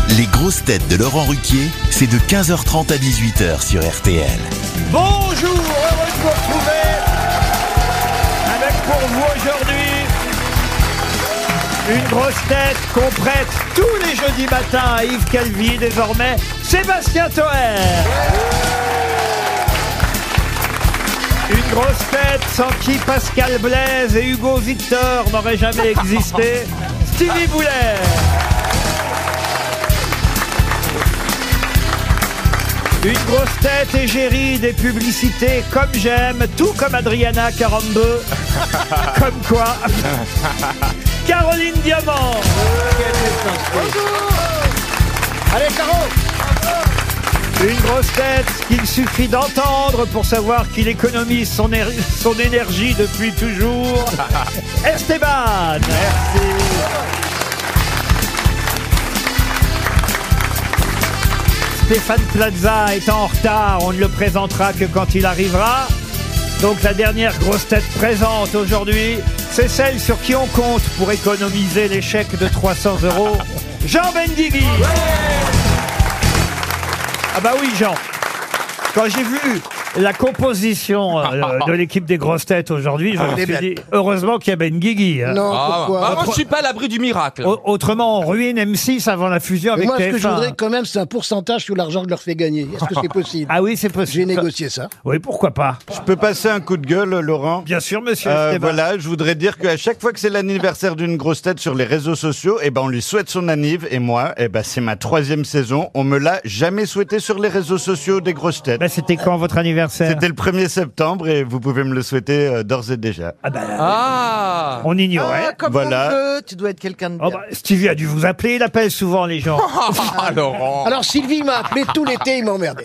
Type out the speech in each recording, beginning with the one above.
Les grosses têtes de Laurent Ruquier, c'est de 15h30 à 18h sur RTL. Bonjour, heureux de vous retrouver avec pour vous aujourd'hui une grosse tête qu'on prête tous les jeudis matins à Yves Calvi, désormais Sébastien Toer. Une grosse tête sans qui Pascal Blaise et Hugo Victor n'auraient jamais existé, Stevie Boulet. Une grosse tête égérie des publicités comme j'aime, tout comme Adriana Carambeu. Comme quoi Caroline Diamant. Bonjour. Allez, Caro. Une grosse tête qu'il suffit d'entendre pour savoir qu'il économise son énergie depuis toujours. Esteban. Merci. Stéphane Plaza étant en retard, on ne le présentera que quand il arrivera. Donc la dernière grosse tête présente aujourd'hui, c'est celle sur qui on compte pour économiser les chèques de 300 €. Jean Benguigui. Ah bah oui, Jean. Quand j'ai vu la composition de l'équipe des grosses têtes aujourd'hui, je me suis dit, heureusement qu'il y a Benguigui. Non, pourquoi moi, je suis pas à l'abri du miracle. Autrement, on ruine M6 avant la fusion avec Moi, ce que je TF1. voudrais quand même, c'est un pourcentage sur l'argent que je leur fais gagner. Est-ce que c'est possible? Ah oui, c'est possible. J'ai négocié ça. Oui, pourquoi pas. Je peux passer un coup de gueule, Laurent? Bien sûr, monsieur Esteban. Voilà, je voudrais dire qu'à chaque fois que c'est l'anniversaire d'une grosse tête sur les réseaux sociaux, on lui souhaite son anniv. Et moi, c'est ma 3e saison. On me l'a jamais souhaité sur les réseaux sociaux des grosses têtes. C'était quand votre anniversaire? C'était le 1er septembre et vous pouvez me le souhaiter d'ores et déjà. On ignorait. Comme Voilà. on veut, tu dois être quelqu'un de bien. Stevie a dû vous appeler, il appelle souvent les gens. Laurent. Alors, Sylvie m'a appelé tout l'été, il m'a emmerdé.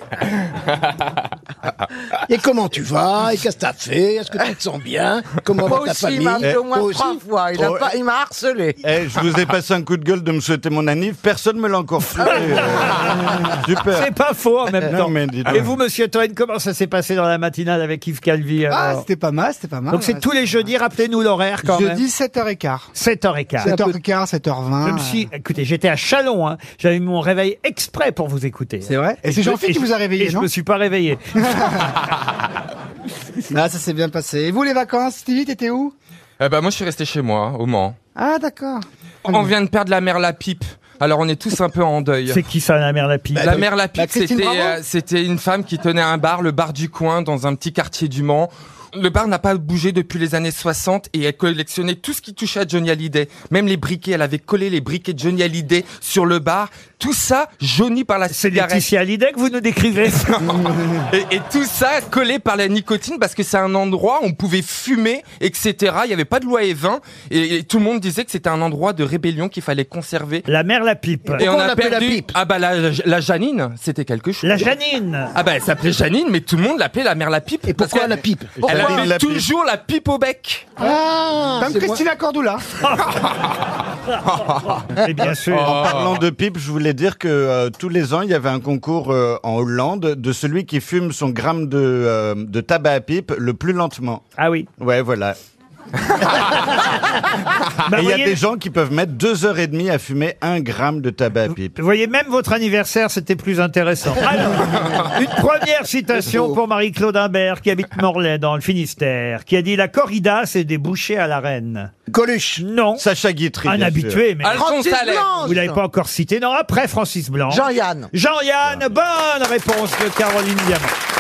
Et comment tu vas? Et qu'est-ce que t'as fait? Est-ce que tu te sens bien? Comment Moi va ta aussi, famille? il m'a appelé au moins Toi 3 aussi fois. Il m'a harcelé. Je vous ai passé un coup de gueule de me souhaiter mon anniv. Personne me l'a encore fait. Super. C'est pas faux en même Non, temps. mais dis donc. Et vous, monsieur Toen, comment ça s'est passé dans la matinale avec Yves Calvi alors C'était pas mal, c'était pas mal. Donc c'est tous les jeudis, rappelez-nous l'horaire quand même. Jeudi, 7h15. 7h15. 7h15, 7h20. Écoutez, j'étais à Châlons, hein. J'avais mis mon réveil exprès pour vous écouter. C'est vrai? Et c'est Jean-Philippe qui vous a réveillé, Et je non? me suis pas réveillé. Ah, ça s'est bien passé. Et vous, les vacances, Stevie, t'étais où? Moi, je suis resté chez moi, au Mans. Ah, d'accord. On vient de perdre la mère Lapipe. Alors, on est tous un peu en deuil. C'est qui ça, la mère Lapipe? La mère Lapipe, Christine Bravo c'était une femme qui tenait un bar, le bar du coin, dans un petit quartier du Mans. Le bar n'a pas bougé depuis les années 60 et elle collectionnait tout ce qui touchait à Johnny Hallyday. Même les briquets, elle avait collé les briquets de Johnny Hallyday sur le bar. Tout ça jauni par la C'est cigarette. Laetitia Hallyday que vous nous décrivez. Et tout ça collé par la nicotine parce que c'est un endroit où on pouvait fumer, etc. Il n'y avait pas de loi E20 et tout le monde disait que c'était un endroit de rébellion qu'il fallait conserver. La mère Lapipe. Et on on a l'appelait la perdu. pipe? La Janine, c'était quelque chose. La Janine. Elle s'appelait Janine, mais tout le monde l'appelait la mère la pipe. Et pourquoi la pipe? Elle Janine avait la pipe. toujours la pipe au bec. Ah, Comme c'est moi. Christina Cordula. Et bien sûr. En parlant de pipe, je voulais dire que tous les ans, il y avait un concours en Hollande de celui qui fume son gramme de tabac à pipe le plus lentement. Ah oui. Ouais, voilà. Bah, Et il y a voyez- des gens qui peuvent mettre 2h30 à fumer 1 gramme de tabac à pipe. Vous voyez, même votre anniversaire, c'était plus intéressant. Alors, une première citation pour Marie-Claude Imbert, qui habite Morlaix, dans le Finistère, qui a dit « La corrida, c'est des bouchées à la reine. Coluche. » Non, Sacha Guitry, un bien habitué, mais Alphonse Francis Allais. Blanche. vous l'avez pas encore cité. Non, après Francis Blanc. Jean-Yann. Jean-Yann, bonne réponse de Caroline Diamant.